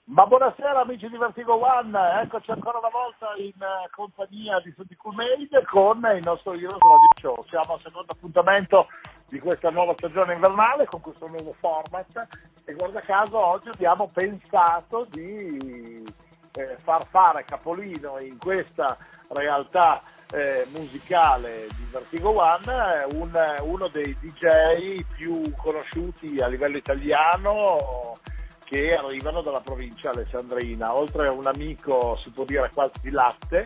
Ma buonasera amici di Vertigo One, eccoci ancora una volta in compagnia di tutti Coolmade con il nostro Heroes Radio Show. Siamo al secondo appuntamento di questa nuova stagione invernale con questo nuovo format e guarda caso oggi abbiamo pensato di far fare capolino in questa realtà musicale di Vertigo One uno dei DJ più conosciuti a livello italiano che arrivano dalla provincia alessandrina. Oltre a un amico, si può dire quasi di latte,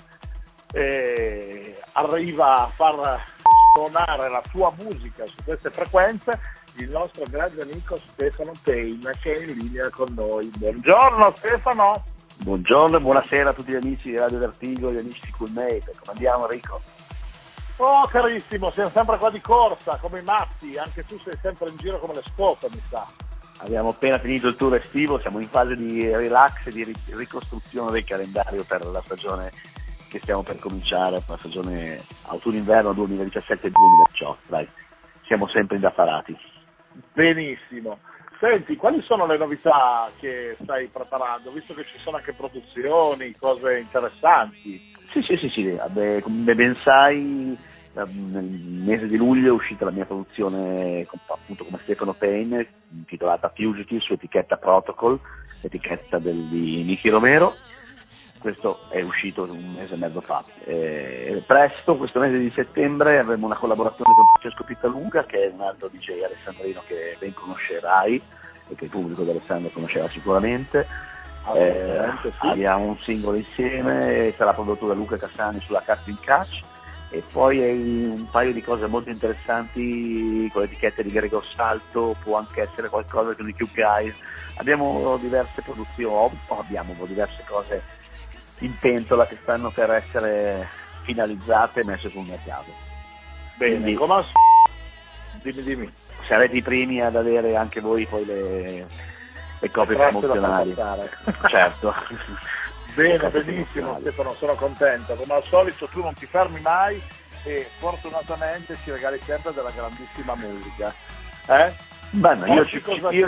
arriva a far suonare la sua musica su queste frequenze il nostro grande amico Stefano Payne, che è in linea con noi. Buongiorno Stefano! Buongiorno e buonasera a tutti gli amici di Radio Vertigo, gli amici di Coolmade. Come andiamo, Enrico? Oh carissimo, siamo sempre qua di corsa come i matti, anche tu sei sempre in giro come le scope, mi sa. Abbiamo appena finito il tour estivo, siamo in fase di relax e di ricostruzione del calendario per la stagione che stiamo per cominciare, per la stagione autunno-inverno 2017-2018. Dai, siamo sempre indaffarati. Benissimo. Senti, quali sono le novità che stai preparando? Visto che ci sono anche produzioni, cose interessanti. Sì. Come ben sai, nel mese di luglio è uscita la mia produzione appunto come Stefano Payne, intitolata Fugitive su etichetta Protocol, etichetta di Nicky Romero. Questo è uscito un mese e mezzo fa. Presto, questo mese di settembre, avremo una collaborazione con Francesco Pittaluga, che è un altro DJ alessandrino che ben conoscerai e che il pubblico di Alessandro conoscerà sicuramente. Sì. Abbiamo un singolo insieme, sarà prodotto da Luca Cassani sulla Casting Catch, e poi un paio di cose molto interessanti con l'etichetta di Gregor Salto, può anche essere qualcosa con i Cube Guys. Abbiamo diverse produzioni, abbiamo diverse cose in pentola che stanno per essere finalizzate e messe sul mercato. Bene, quindi come dimmi. Sarete i primi ad avere anche voi poi le copie promozionali. Certo. Bene, benissimo Stefano, sono contento. Come al solito tu non ti fermi mai e fortunatamente ci regali sempre della grandissima musica. Beh, io ci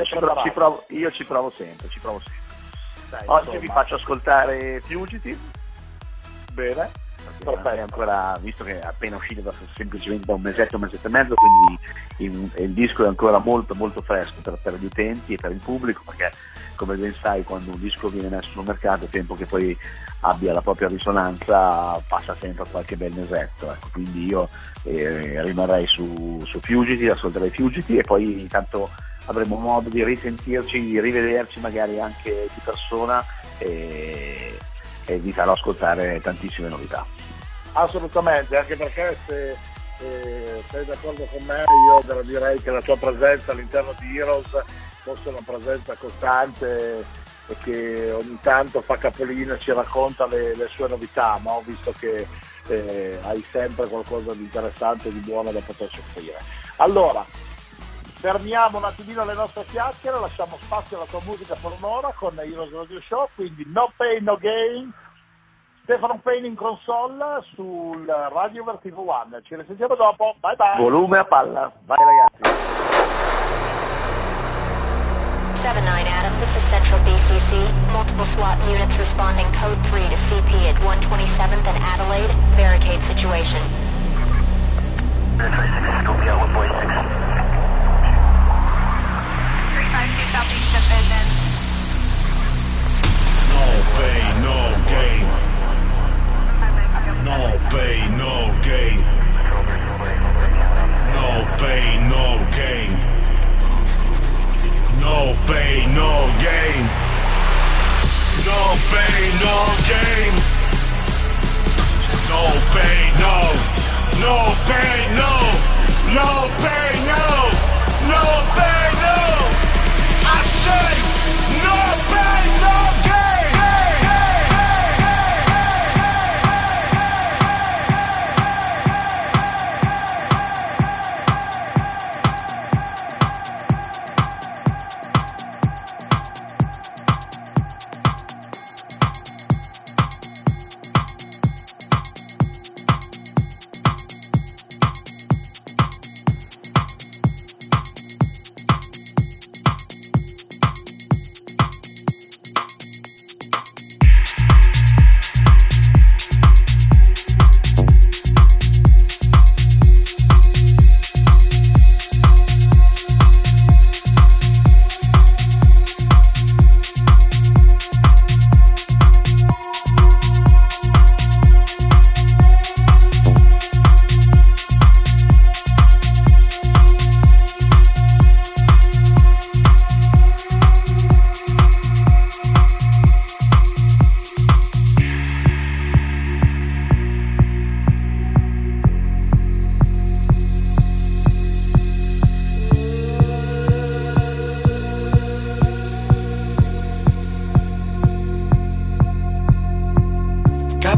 provo sempre. Dai, Oggi vi faccio ascoltare Fugitive. Bene, perfetto. Ancora, visto che è appena uscito semplicemente da un mesetto e mezzo, quindi il disco è ancora molto molto fresco per gli utenti e per il pubblico, perché come ben sai quando un disco viene messo sul mercato, il tempo che poi abbia la propria risonanza passa sempre qualche bel mesetto, ecco. Quindi io rimarrei su Fugitive, ascolterei Fugitive e poi intanto avremo modo di risentirci, di rivederci magari anche di persona e vi farò ascoltare tantissime novità. Assolutamente, anche perché se sei d'accordo con me io direi che la tua presenza all'interno di Heroes fosse una presenza costante e che ogni tanto fa capolino e ci racconta le sue novità, no? Visto che hai sempre qualcosa di interessante e di buono da poterci offrire. Allora, fermiamo un attimino le nostre chiacchiere, lasciamo spazio alla tua musica per un'ora con Heroes Radio Show, quindi No Pain No Gain, Stefano Payne in console sul Radio Vertigo One. Ci risentiamo dopo, bye bye. Volume a palla, vai ragazzi. 79 Adam, this is Central BCC. Multiple SWAT units responding code 3 to CP at 127th and Adelaide. Barricade situation. Metro 6, Scoopy out 146. 352 Southeast Division. No pain, no gain. No pain, no gain. No pain, no gain. No pain, no gain. No pain, no gain. No pain, no. No pain, no. No pain, no. No pain, no. I say no pain, no gain.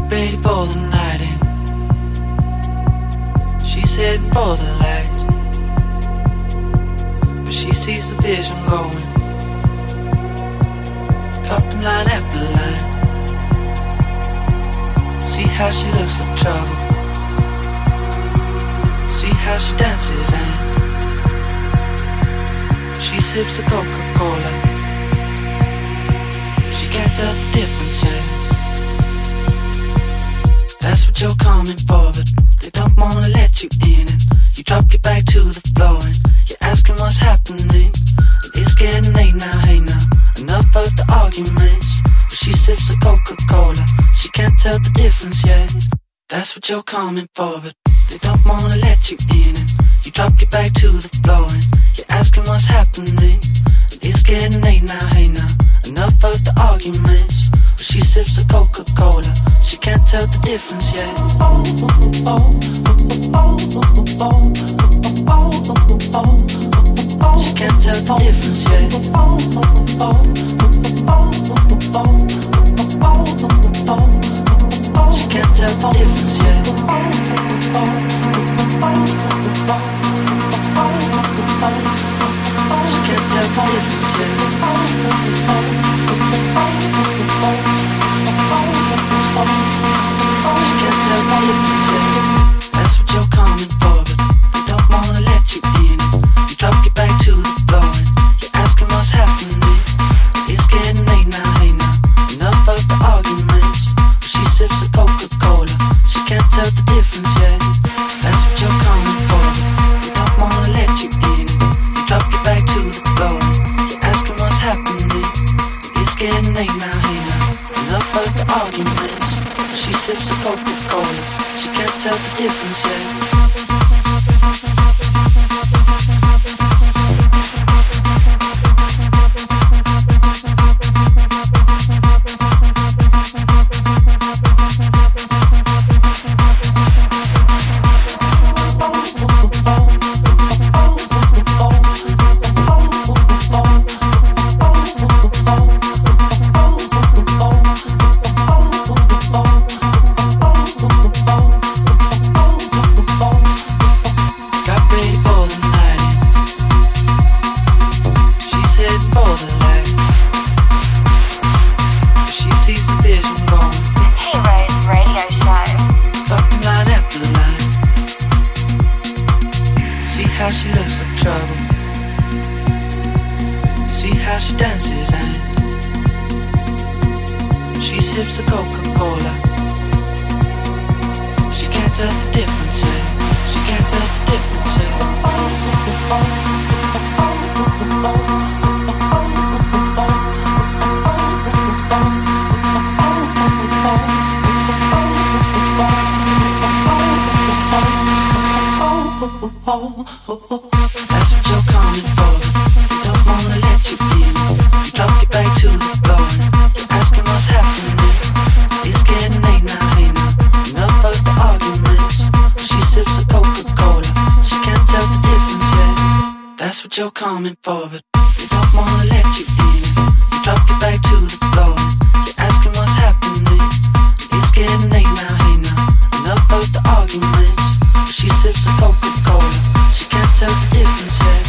ready for the night in. She's heading for the lights, but she sees the vision going, copping line after line. See how she looks like trouble, see how she dances and she sips the Coca-Cola. She can't tell the difference yet. That's what you're coming for, but they don't wanna let you in. And you drop your back to the floor and you're asking what's happening. And it's getting late now, hey now, enough of the arguments. But she sips the Coca-Cola, she can't tell the difference yet. That's what you're coming for, but they don't wanna let you in. And you drop your back to the floor and you're asking what's happening. And it's getting late now, hey now, enough of the arguments. But she sips the Coca-Cola, she can't tell the difference yet. She can't tell the difference yet. She can't tell the difference yet. She can't tell the difference yet. She can't tell the difference yet. That's what you're coming for, but they don't wanna let you in. You drop your back to the floor and you're asking what's happening. It's getting late now, hey now, enough of the arguments. But she sips the Coca-Cola, she can't tell the difference yet. That's what you're coming for, but they don't wanna let you in. You drop your back to the floor and you're asking what's happening. It's getting late now, hey now, enough of the arguments. She sips the Coca-Cola, she can't tell the difference yet. That's what you're coming for. They don't wanna let you in. You drop your back to the floor and you're asking what's happening. It's getting late now, hey now, enough of the arguments. She sips the Coca-Cola, she can't tell the difference yet. That's what you're coming for, but they don't wanna let you in. You drop your back to the floor and you're asking what's happening. It's getting late now, hey now, enough of the arguments. She sips the Coca-Cola, she can't tell the difference yet.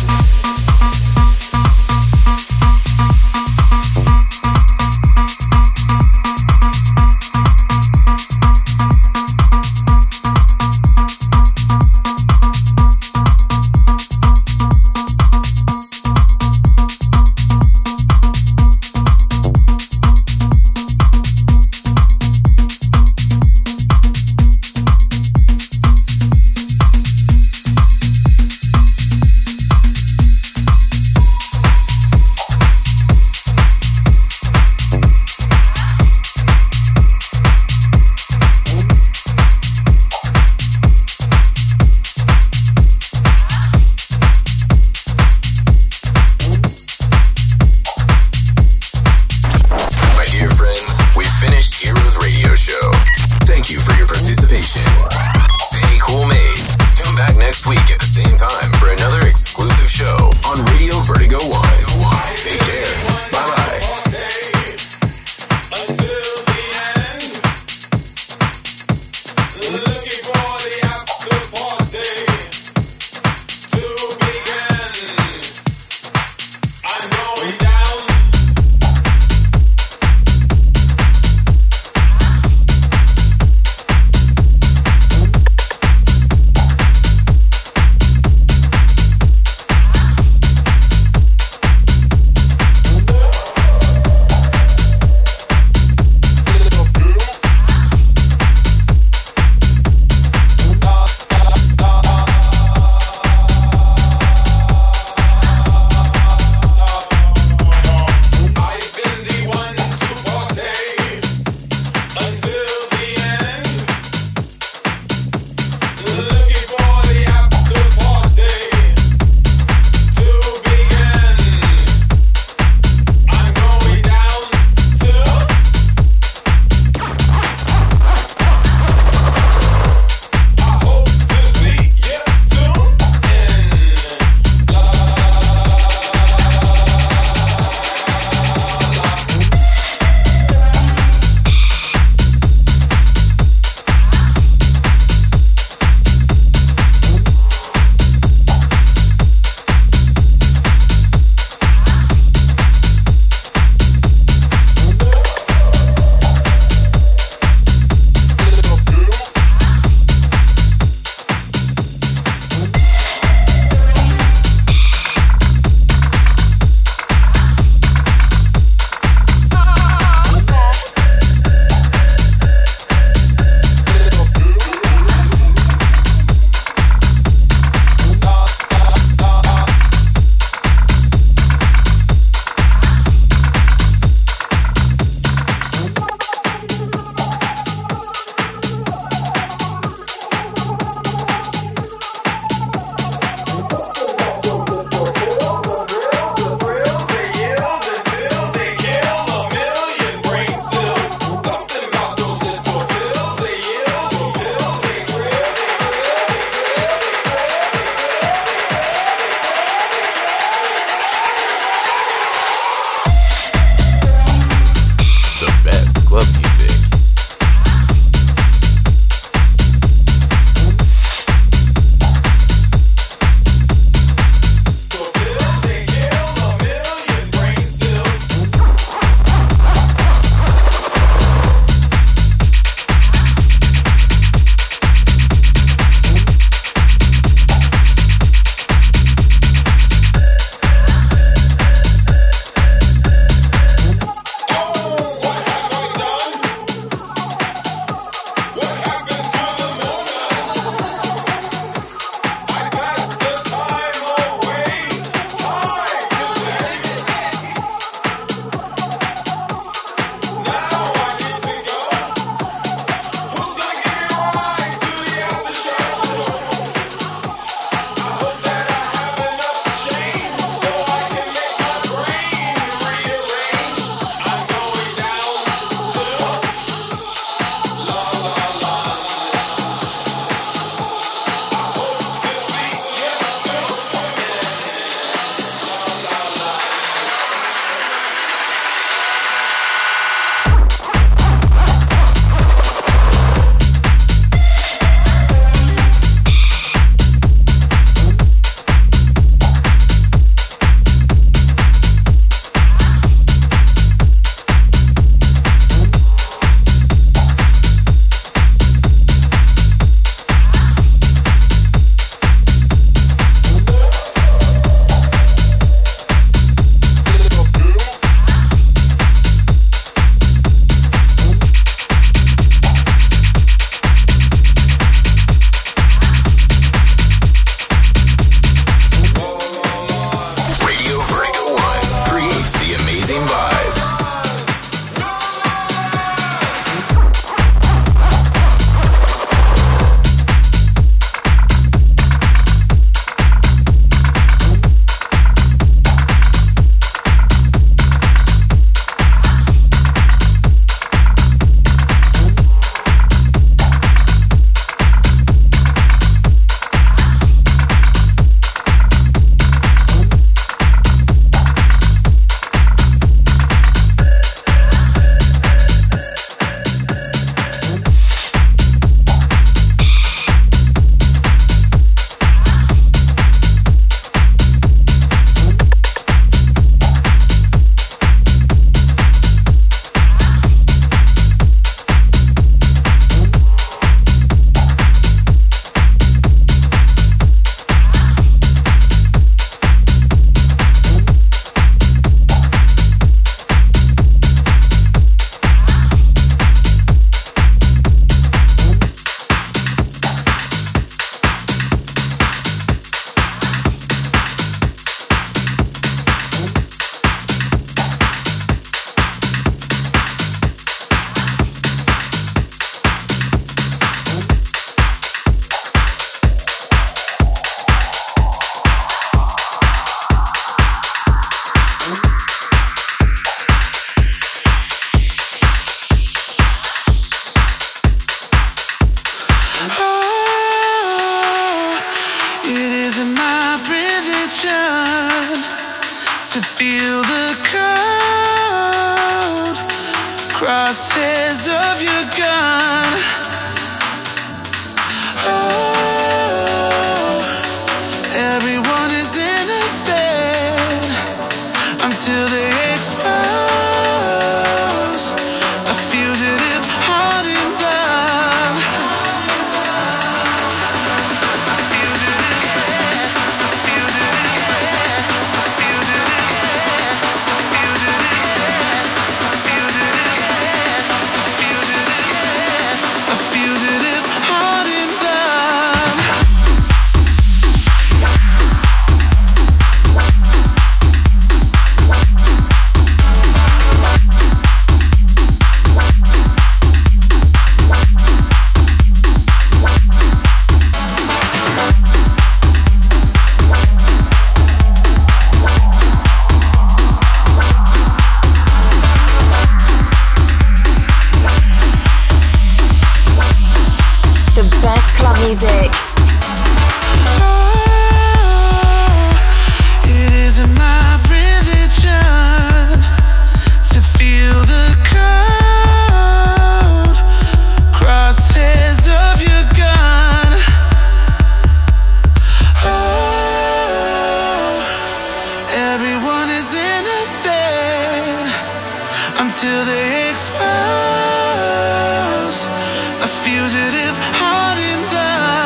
feel the cold crosshairs of your gun. Oh, everyone is innocent until they expose a fugitive heart in blood. A fugitive heart in blood. The best club music. It isn't my religion to feel the cold crosshairs of your gun. Oh, everyone is innocent until they expose a fugitive heart in blood.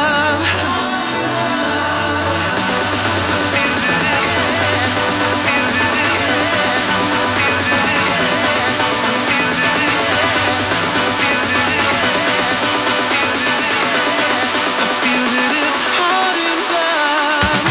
A fugitive heart in blood.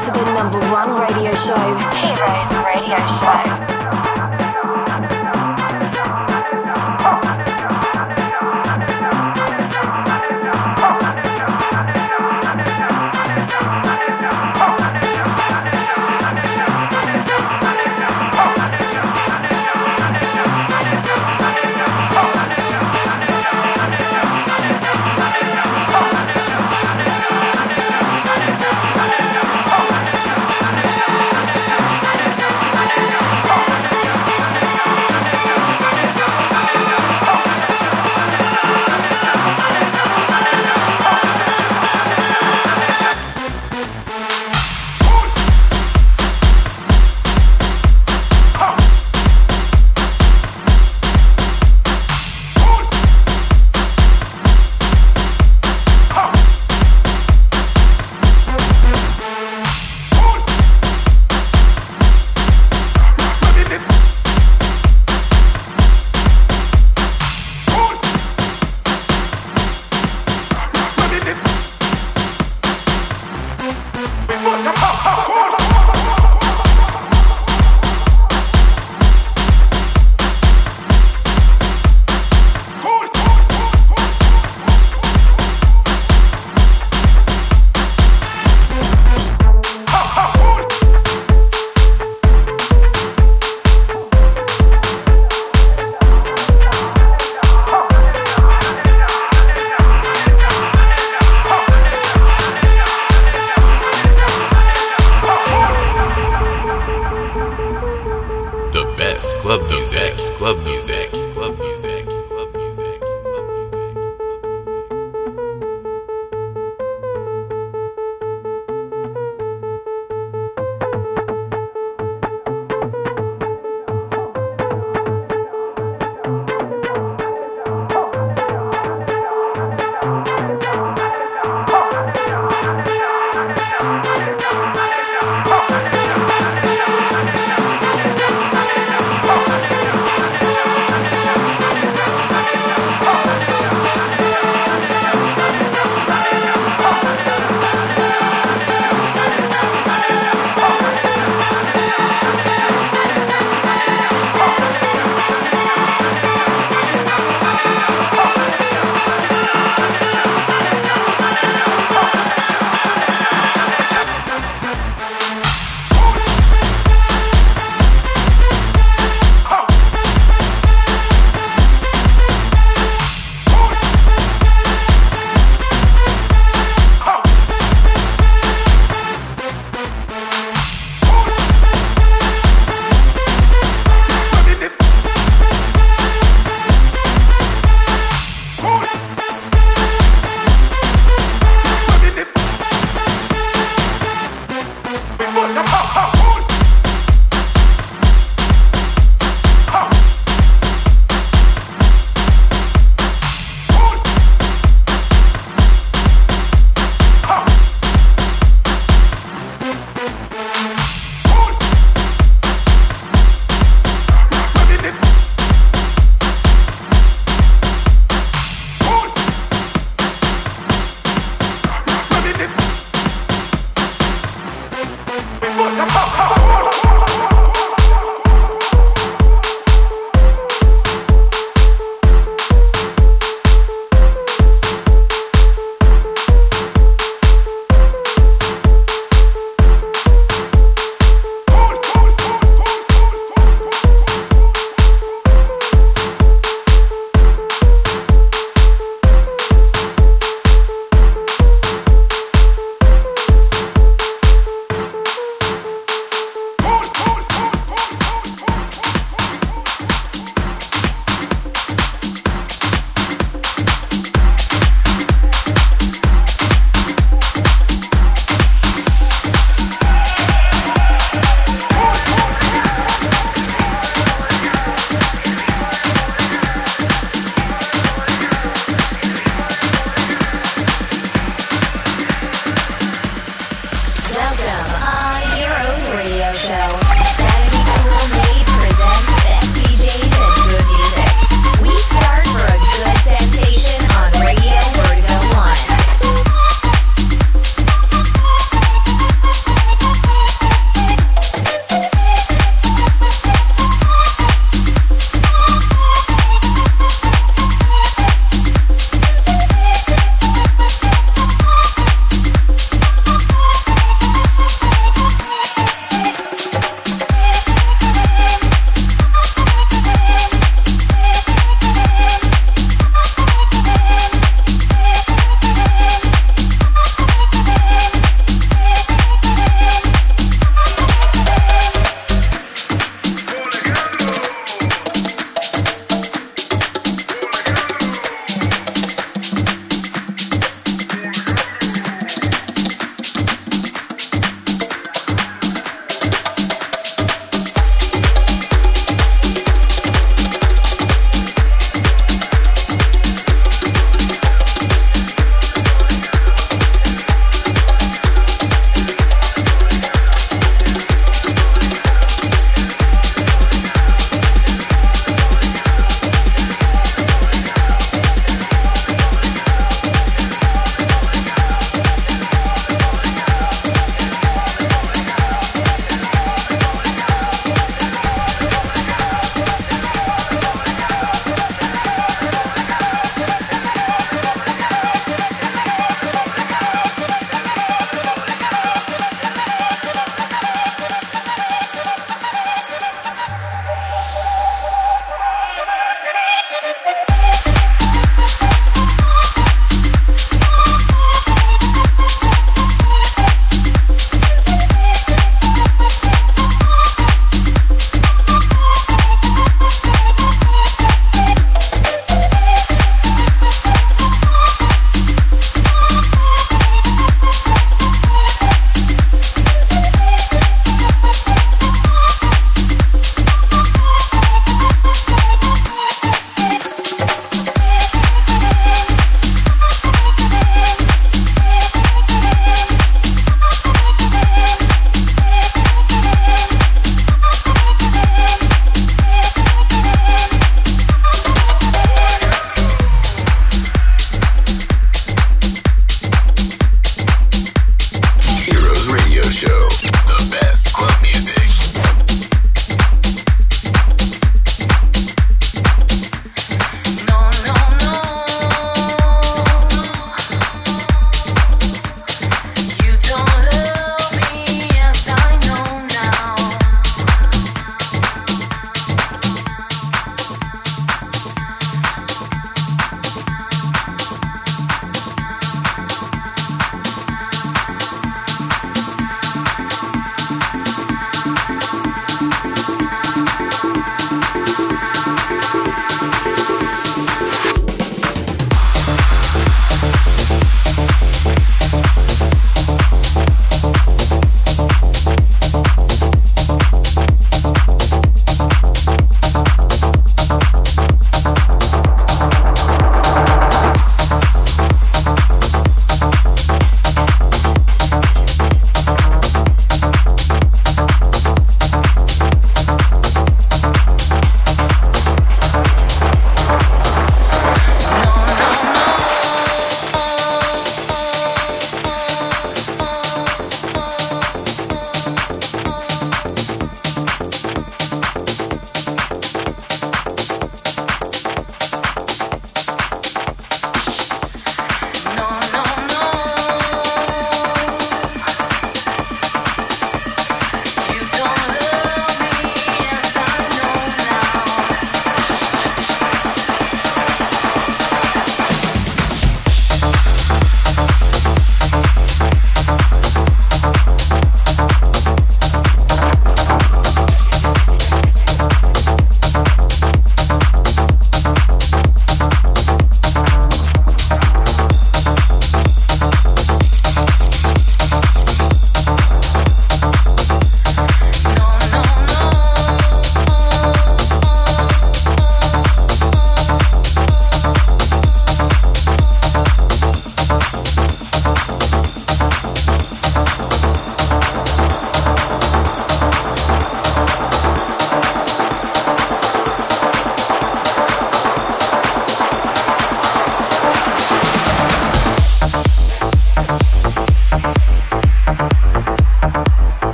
to the #1 radio show, Heroes Radio Show.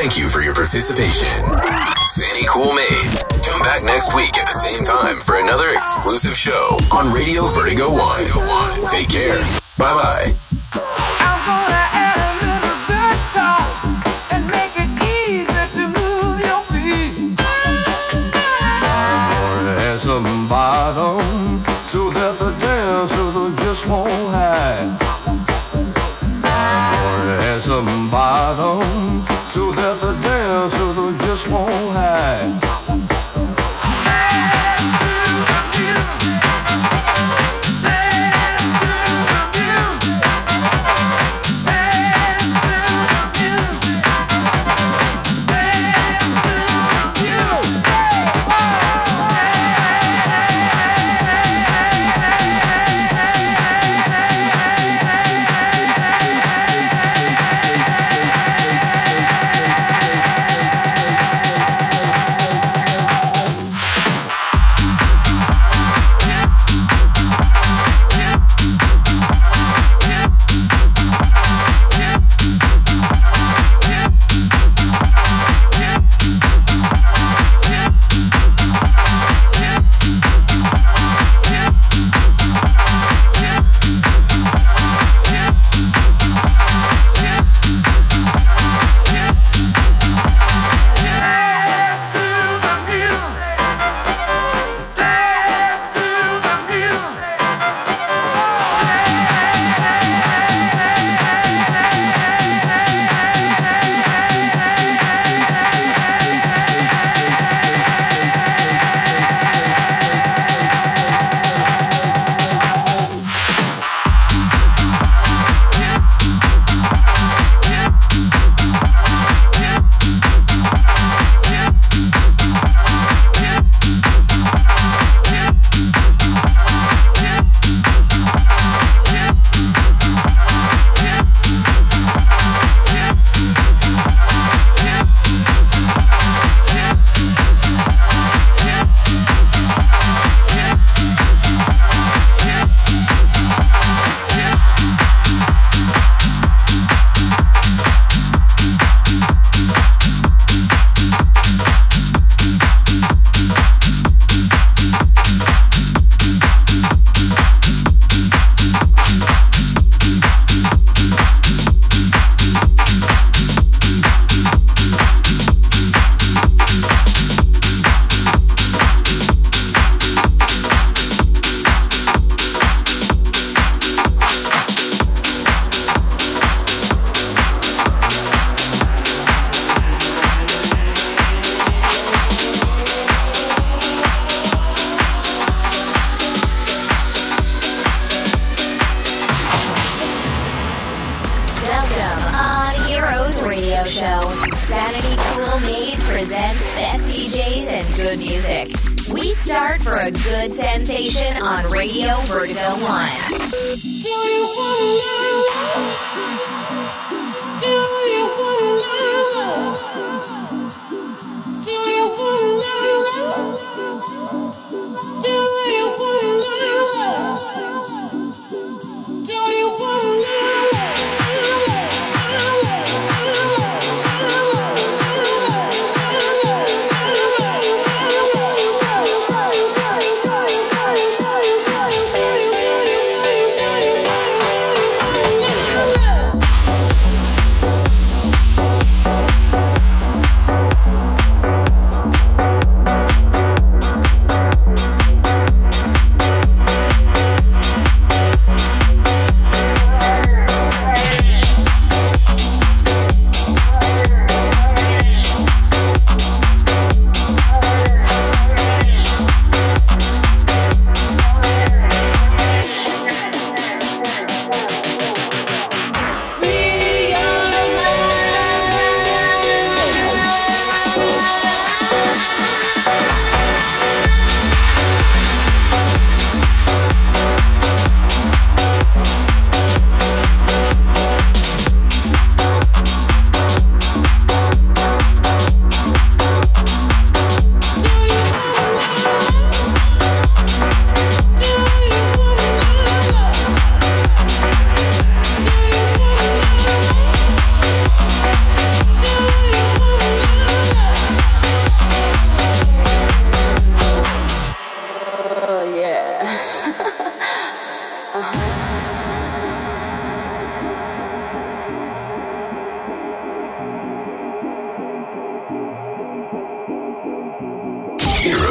thank you for your participation. Sandy Cool Made. Come back next week at the same time for another exclusive show on Radio Vertigo One. Take care. Bye-bye. I'm gonna add a little guitar and make it easy to move your feet. Gonna add some bottom so that the dancers just won't hide. Gonna add some bottom so that the dancers just won't hide.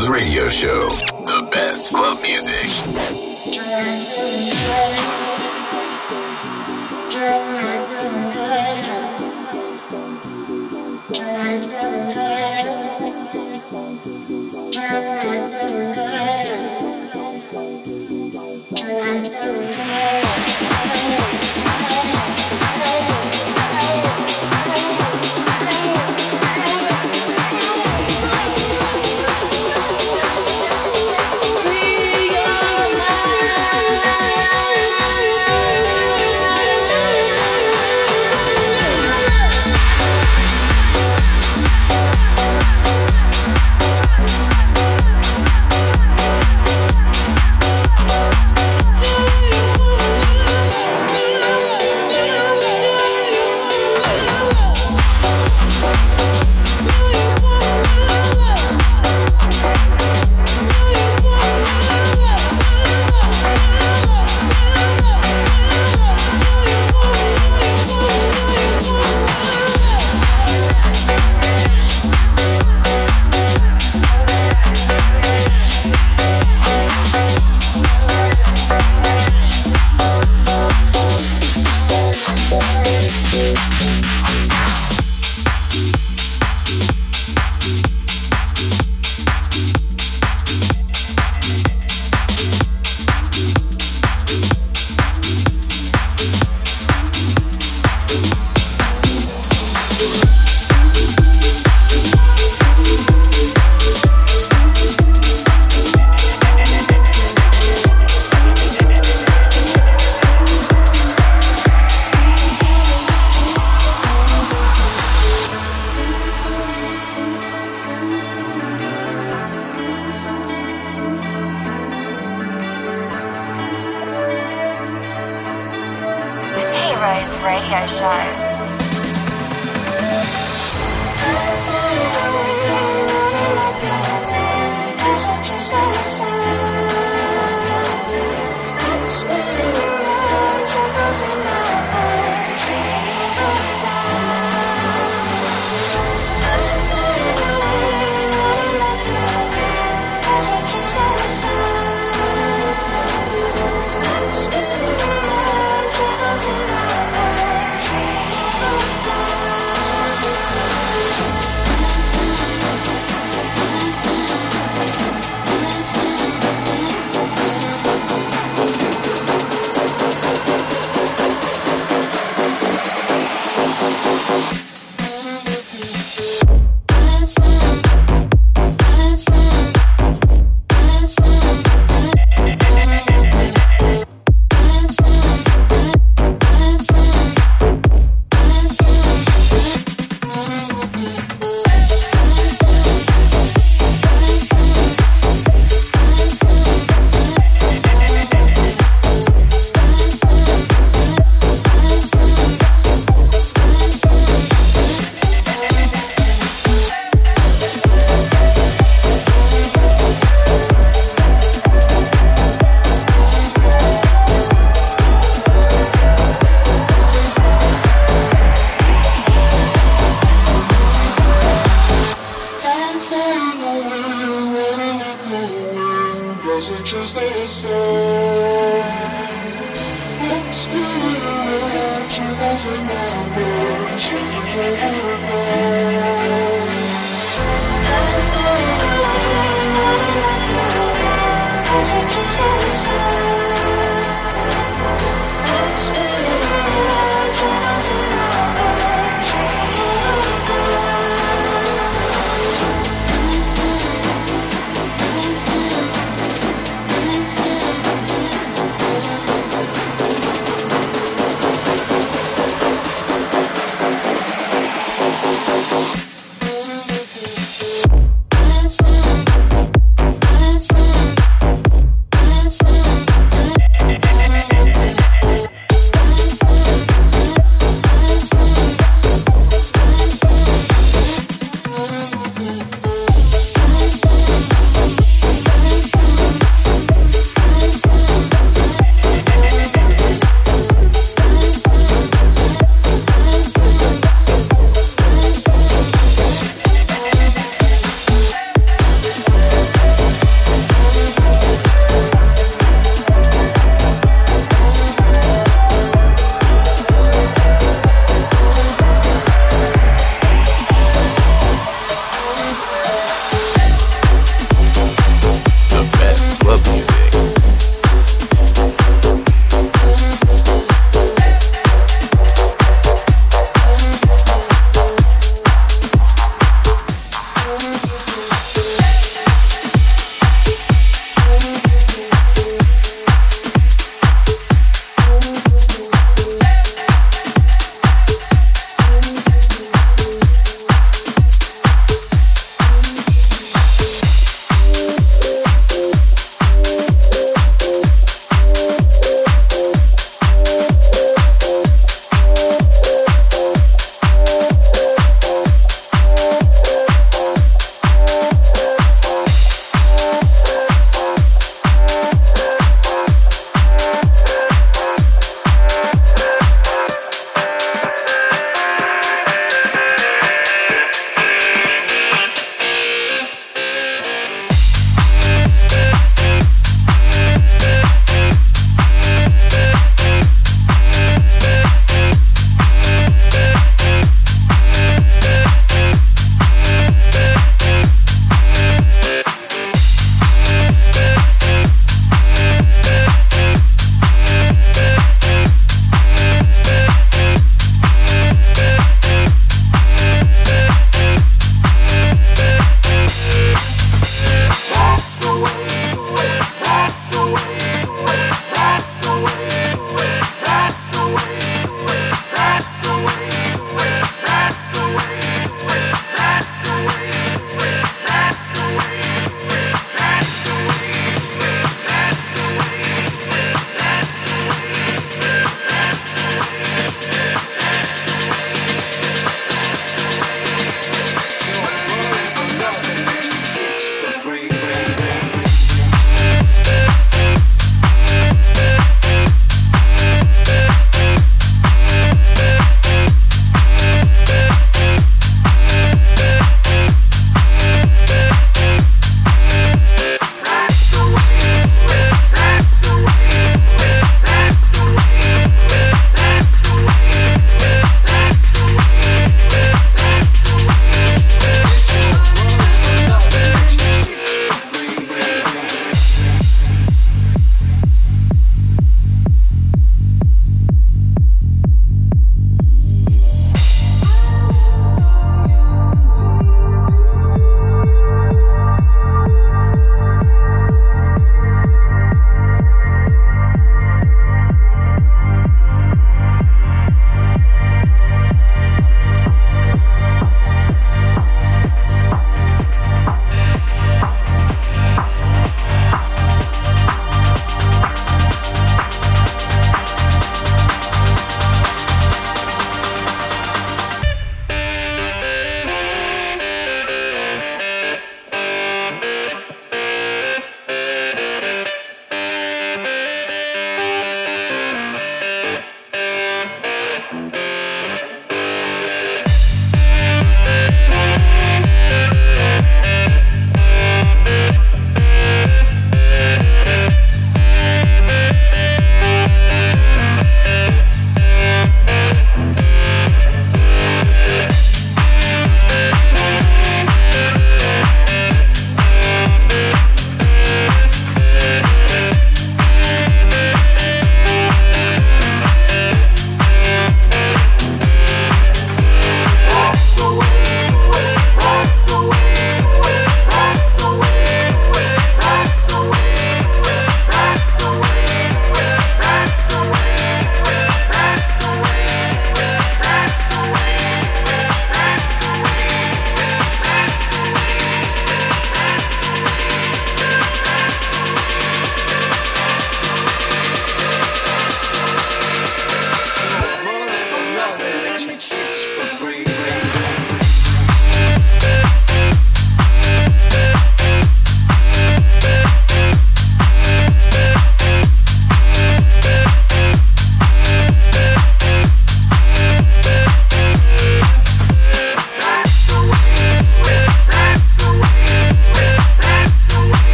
Rose Radio Show. The best club music. Rose Radio Show.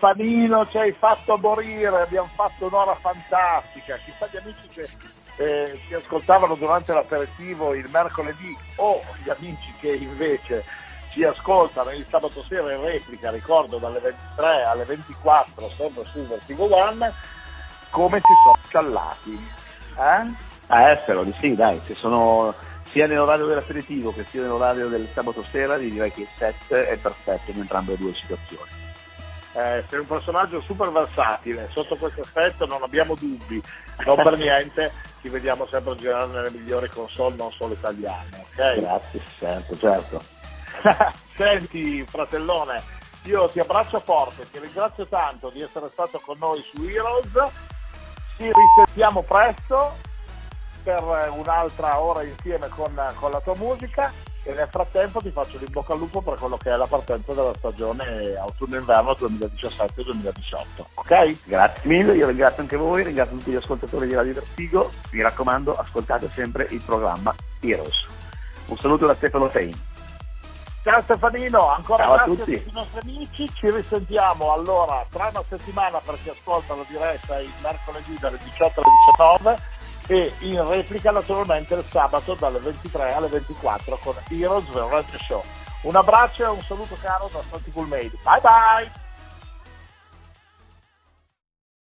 Stefanino, ci hai fatto morire, abbiamo fatto un'ora fantastica. Chissà gli amici che si ascoltavano durante l'aperitivo il mercoledì o gli amici che invece ci ascoltano il sabato sera in replica, ricordo dalle 23 alle 24 sempre su Vertigo One, come si sono scallati. Spero di sì, dai, se sono sia nell'orario dell'aperitivo che sia nell'orario del sabato sera, direi che il set è perfetto in entrambe le due situazioni. Sei un personaggio super versatile, sotto questo aspetto non abbiamo dubbi, non per niente ti vediamo sempre girare nelle migliori console non solo italiane, ok? Grazie, certo. Senti fratellone, io ti abbraccio forte, ti ringrazio tanto di essere stato con noi su Heroes, ci risentiamo presto per un'altra ora insieme con la tua musica e nel frattempo ti faccio l'in bocca al lupo per quello che è la partenza della stagione autunno-inverno 2017-2018, ok? Grazie mille, io ringrazio anche voi, ringrazio tutti gli ascoltatori di Radio Vertigo, mi raccomando ascoltate sempre il programma Heroes. Un saluto da Stefano Fein. Ciao Stefanino, ancora ciao grazie a tutti. ai nostri amici, ci risentiamo allora tra una settimana per chi ascolta la diretta il mercoledì dalle 18 alle 19 e in replica naturalmente il sabato dalle 23 alle 24 con Heroes The Radio Show. Un abbraccio e un saluto caro da Santi Coolmade. Bye bye!